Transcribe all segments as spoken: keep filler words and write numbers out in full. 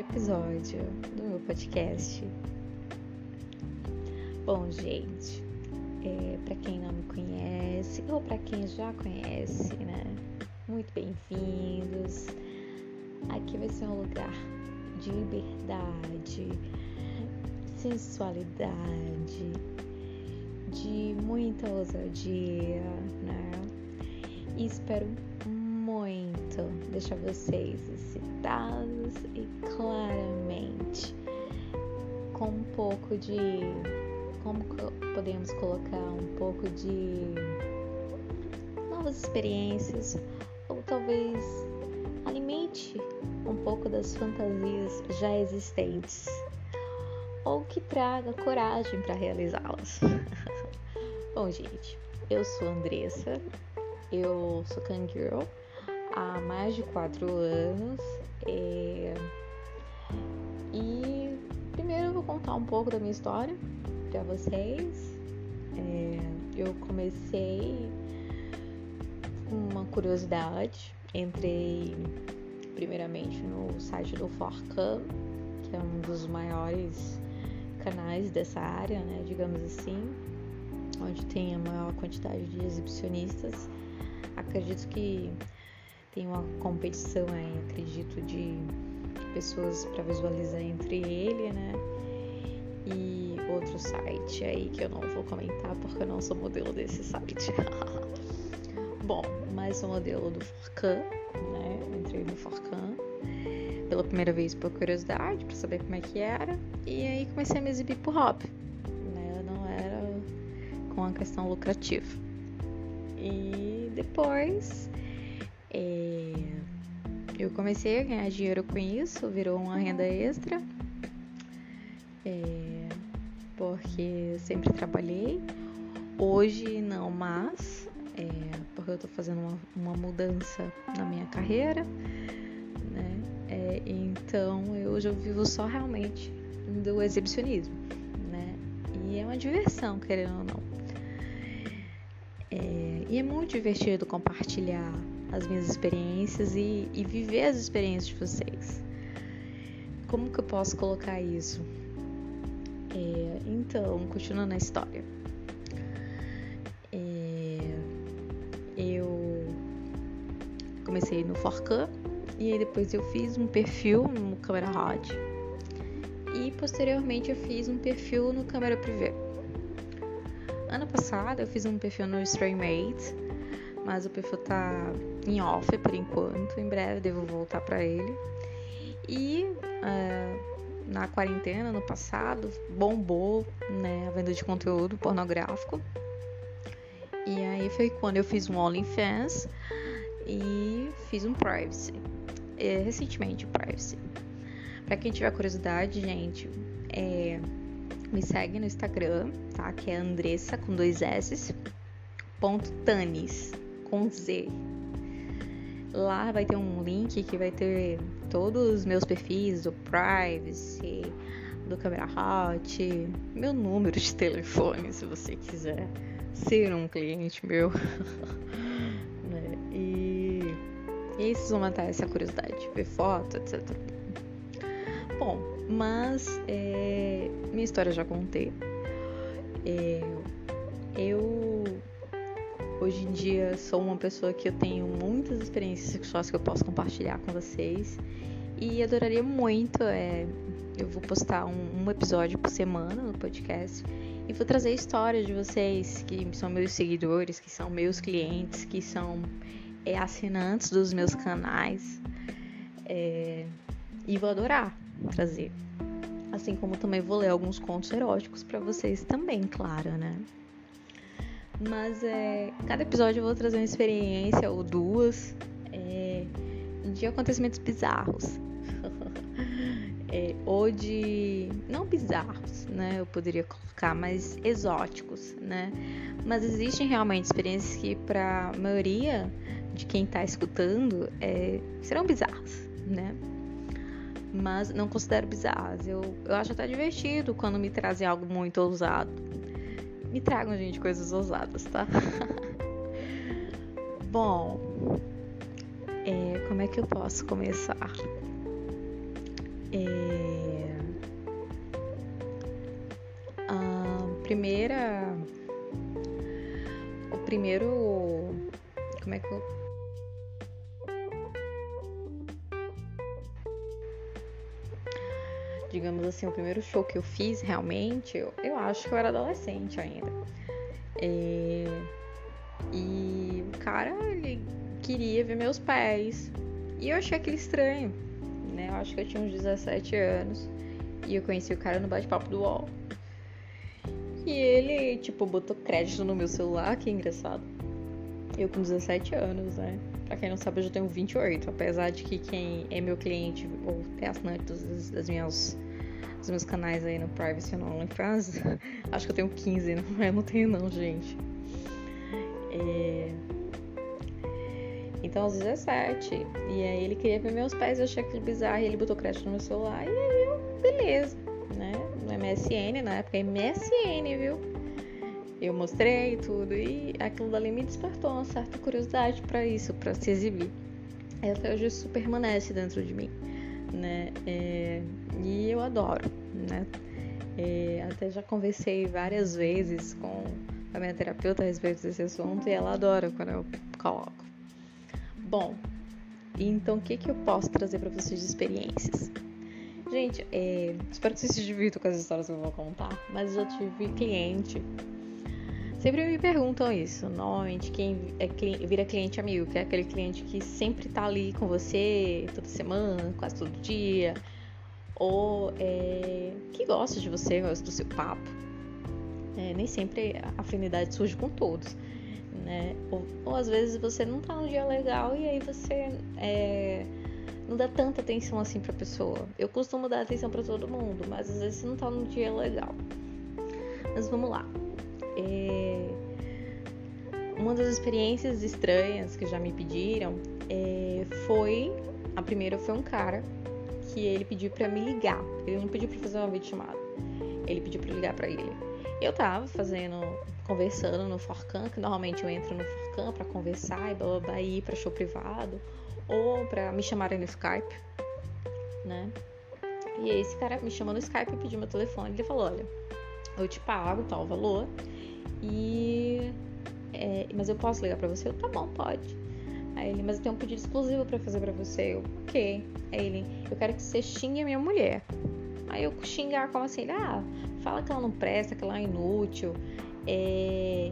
episódio do meu podcast. Bom, gente, é, para quem não me conhece ou para quem já conhece, né? Muito bem-vindos. Aqui vai ser um lugar de liberdade, sensualidade, de muita ousadia, né? E espero muito deixar vocês excitados e claramente com um pouco de, como podemos colocar, um pouco de novas experiências, ou talvez alimente um pouco das fantasias já existentes, ou que traga coragem para realizá-las. Bom, gente, eu sou a Andressa, eu sou Kangirl há mais de quatro anos é... e primeiro eu vou contar um pouco da minha história para vocês. É... Eu comecei com uma curiosidade, entrei primeiramente no site do Forcam, que é um dos maiores canais dessa área, né, digamos assim, onde tem a maior quantidade de exibicionistas. Acredito que tem uma competição aí, acredito, de pessoas para visualizar entre ele, né? E outro site aí que eu não vou comentar porque eu não sou modelo desse site. Bom, mas sou modelo do Forcam, né? Entrei no Forcam pela primeira vez por curiosidade, para saber como é que era. E aí comecei a me exibir por hobby, né? Não era com a questão lucrativa. E depois é, eu comecei a ganhar dinheiro com isso, virou uma renda extra, é, porque eu sempre trabalhei. Hoje não, mas é, porque eu tô fazendo uma, uma mudança na minha carreira, né? É, então eu hoje eu vivo só realmente do exibicionismo, né? E é uma diversão, querendo ou não. É, e é muito divertido compartilhar as minhas experiências e, e viver as experiências de vocês. Como que eu posso colocar isso? É, então, continuando a história. É, eu comecei no Forcam e aí depois eu fiz um perfil no Câmera Hot e posteriormente eu fiz um perfil no Câmera Privé. Ano passado eu fiz um perfil no StreamMate, mas o perfil tá em off por enquanto, em breve devo voltar para ele. E uh, na quarentena, no passado, bombou, né, a venda de conteúdo pornográfico. E aí foi quando eu fiz um OnlyFans e fiz um Privacy, é, recentemente o Privacy. Para quem tiver curiosidade, gente, é... me segue no Instagram, tá? Que é Andressa com dois S, ponto Tanis, com Z. Lá vai ter um link que vai ter todos os meus perfis do Privacy, do Câmera Hot, meu número de telefone, se você quiser ser um cliente meu. Né? E... e aí vocês vão matar essa curiosidade, ver foto, etcétera. Bom, mas é, minha história eu já contei. É, eu hoje em dia sou uma pessoa que eu tenho muitas experiências sexuais que eu posso compartilhar com vocês e adoraria muito. É, eu vou postar um, um episódio por semana no podcast e vou trazer histórias de vocês que são meus seguidores, que são meus clientes, que são é, assinantes dos meus canais, é, e vou adorar trazer, assim como também vou ler alguns contos eróticos para vocês também, claro, né? Mas é, cada episódio eu vou trazer uma experiência ou duas é, de acontecimentos bizarros é, ou de, não bizarros, né? Eu poderia colocar, mas exóticos, né? Mas existem realmente experiências que para a maioria de quem tá escutando é, serão bizarras, né? Mas não considero bizarras. Eu, eu acho até divertido quando me trazem algo muito ousado. Me tragam, gente, coisas ousadas, tá? Bom, é, como é que eu posso começar? É, primeira... O primeiro... Como é que eu... Digamos assim, o primeiro show que eu fiz, realmente, eu, eu acho que eu era adolescente ainda. É, e o cara, ele queria ver meus pés. E eu achei aquilo estranho, né? Eu acho que eu tinha uns dezessete anos. E eu conheci o cara no bate-papo do U O L. E ele, tipo, botou crédito no meu celular, que engraçado. Eu com dezessete anos, né? Pra quem não sabe, eu já tenho vinte e oito. Apesar de que quem é meu cliente ou é assinante das, das minhas, dos meus canais aí no Privacy e no OnlyFans, acho que eu tenho quinze, não, eu não tenho não, gente. É... Então, aos dezessete. E aí ele queria ver meus pés, eu achei aquilo bizarro. E ele botou crédito no meu celular. E aí eu, beleza, né? No M S N, na época M S N, viu? Eu mostrei tudo e aquilo dali me despertou uma certa curiosidade pra isso, pra se exibir. E até hoje isso permanece dentro de mim, né? É, e eu adoro, né? É, até já conversei várias vezes com a minha terapeuta a respeito desse assunto e ela adora quando eu coloco. Bom, então o que, que eu posso trazer pra vocês de experiências? Gente, é, espero que vocês se divirtam com as histórias que eu vou contar, mas eu já tive cliente. Sempre me perguntam isso. Normalmente quem é, vira cliente amigo, que é aquele cliente que sempre tá ali com você toda semana, quase todo dia, ou é, que gosta de você, gosta do seu papo. É, nem sempre a afinidade surge com todos, né? Ou, ou às vezes você não tá num dia legal e aí você é, não dá tanta atenção assim pra pessoa. Eu costumo dar atenção pra todo mundo, mas às vezes você não tá num dia legal. Mas vamos lá. É... Uma das experiências estranhas que já me pediram é... foi... A primeira foi um cara que ele pediu pra me ligar. Ele não pediu pra fazer uma videochamada. Ele pediu pra ligar pra ele. Eu tava fazendo... Conversando no Forcan, que normalmente eu entro no Forcan pra conversar e blá blá blá, ir pra show privado. Ou pra me chamarem no Skype, né? E aí esse cara me chamou no Skype e pediu meu telefone. Ele falou, olha... Eu te pago tal valor e é, mas eu posso ligar pra você? Eu, tá bom, pode. Aí ele, mas eu tenho um pedido exclusivo pra fazer pra você. Eu, ok. Aí ele, eu quero que você xingue a minha mulher. Aí eu xingar como assim? Ele, ah, fala que ela não presta, que ela é inútil, é,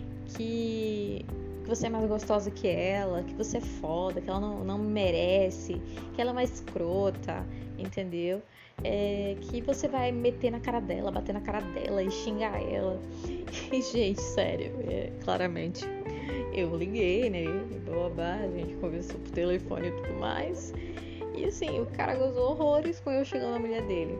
que, que você é mais gostosa que ela, que você é foda, que ela não, não merece, que ela é mais escrota, entendeu? É, que você vai meter na cara dela, bater na cara dela e xingar ela. E, gente, sério, é, claramente eu liguei, né? Blá, blá, a gente conversou por telefone e tudo mais. E assim, o cara gozou horrores com eu chegando na mulher dele.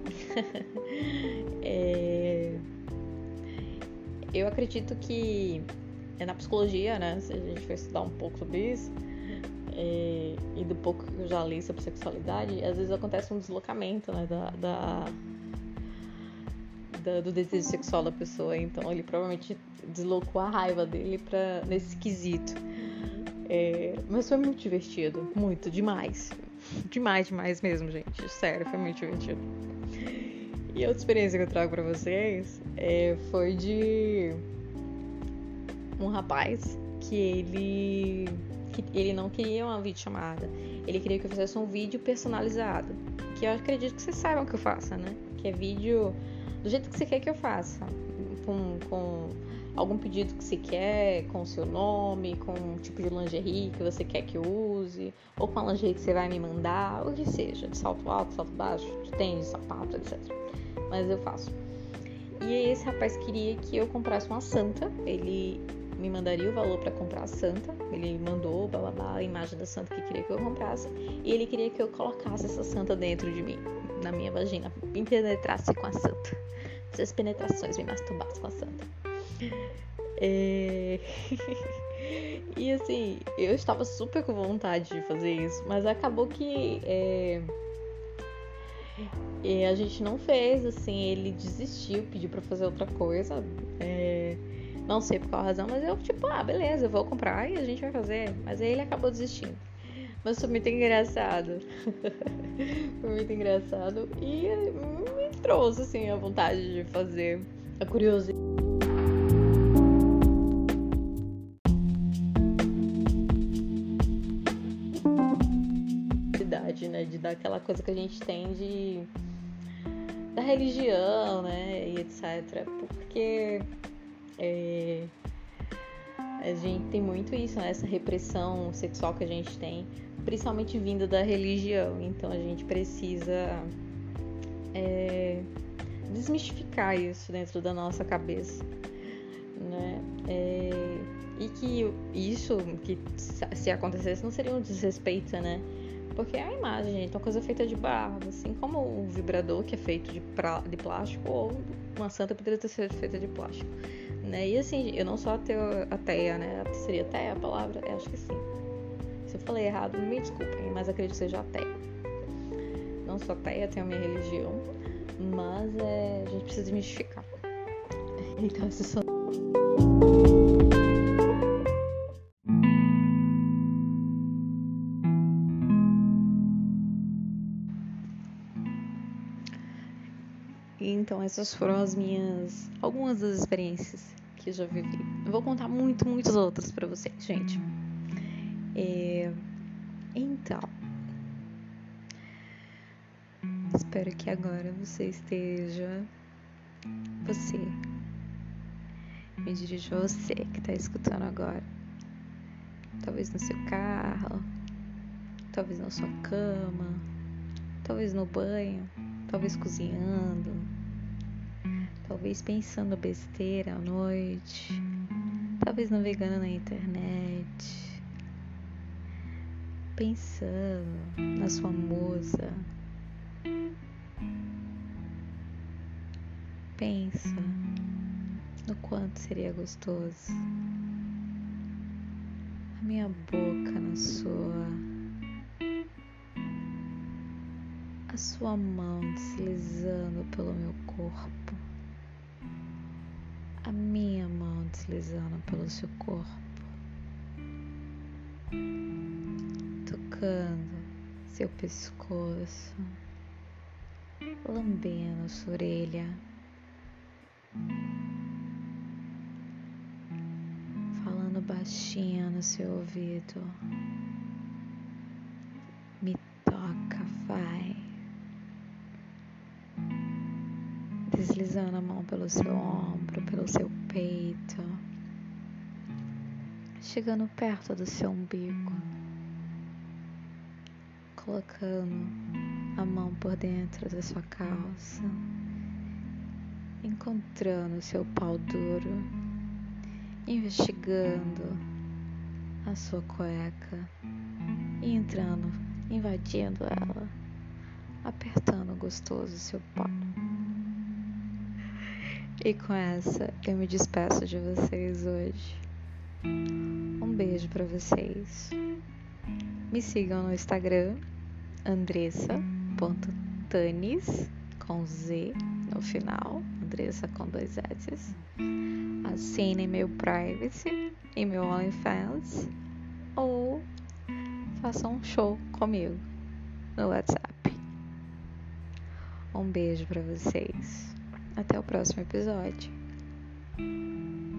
é, eu acredito que é na psicologia, né? Se a gente for estudar um pouco sobre isso. É, e do pouco que eu já li sobre sexualidade, às vezes acontece um deslocamento, né, da, da, da, do desejo sexual da pessoa. Então ele provavelmente deslocou a raiva dele pra, nesse quesito. É, mas foi muito divertido, muito, demais. Demais, demais mesmo, gente. Sério, foi muito divertido. E a outra experiência que eu trago pra vocês é, foi de um rapaz que ele... Ele não queria uma videochamada. Ele queria que eu fizesse um vídeo personalizado. Que eu acredito que vocês saibam que eu faça, né? Que é vídeo do jeito que você quer que eu faça. Com, com algum pedido que você quer, com o seu nome, com um tipo de lingerie que você quer que eu use, ou com a lingerie que você vai me mandar, ou que seja, de salto alto, salto baixo, de tênis, sapato, etcétera. Mas eu faço. E aí esse rapaz queria que eu comprasse uma santa. Ele... me mandaria o valor pra comprar a santa. Ele mandou blá, blá, blá, a imagem da santa que queria que eu comprasse. E ele queria que eu colocasse essa santa dentro de mim, na minha vagina, me penetrasse com a santa. Essas penetrações, me masturbasse com a santa. É... E assim, eu estava super com vontade de fazer isso, mas acabou que é... E a gente não fez, assim, ele desistiu, pediu pra fazer outra coisa. É... Não sei por qual razão, mas eu, tipo, ah, beleza, eu vou comprar e a gente vai fazer. Mas aí ele acabou desistindo. Mas foi muito engraçado. Foi muito engraçado. E me trouxe, assim, a vontade de fazer a curiosidade, né, de dar aquela coisa que a gente tem de da religião, né, e etcétera. Porque é, a gente tem muito isso, né, essa repressão sexual que a gente tem, principalmente vinda da religião. Então a gente precisa é, desmistificar isso dentro da nossa cabeça, né? É, e que isso, que se acontecesse, não seria um desrespeito, né? Porque é a imagem, gente, uma coisa feita de barro, assim como o vibrador, que é feito de, pra, de plástico, ou uma santa poderia ter sido feita de plástico, né? E assim, eu não sou ateu, ateia, né? Seria ateia a palavra? Eu acho que sim. Se eu falei errado, me desculpem, mas acredito que seja ateia. Não sou ateia, tenho a minha religião, mas é, a gente precisa desmistificar. Então, essas são... Então, essas foram as minhas... algumas das experiências que eu já vivi. Eu vou contar muito, muitas outras pra vocês, gente. É... Então... Espero que agora você esteja... Você... Me dirijo a você que tá escutando agora. Talvez no seu carro, talvez na sua cama, talvez no banho, talvez cozinhando, talvez pensando besteira à noite, talvez navegando na internet, pensando na sua musa. Pensa no quanto seria gostoso a minha boca na sua, a sua mão deslizando pelo meu corpo, a minha mão deslizando pelo seu corpo, tocando seu pescoço, lambendo sua orelha, falando baixinho no seu ouvido. Me toca, vai. Deslizando a mão pelo seu ombro, pelo seu peito, chegando perto do seu umbigo, colocando a mão por dentro da sua calça, encontrando o seu pau duro, investigando a sua cueca e entrando, invadindo ela, apertando gostoso o seu pau. E com essa eu me despeço de vocês hoje. Um beijo pra vocês. Me sigam no Instagram, andressa ponto tanis, com Z no final, Andressa com dois S. Assinem meu privacy e meu OnlyFans, ou façam um show comigo no WhatsApp. Um beijo pra vocês. Até o próximo episódio.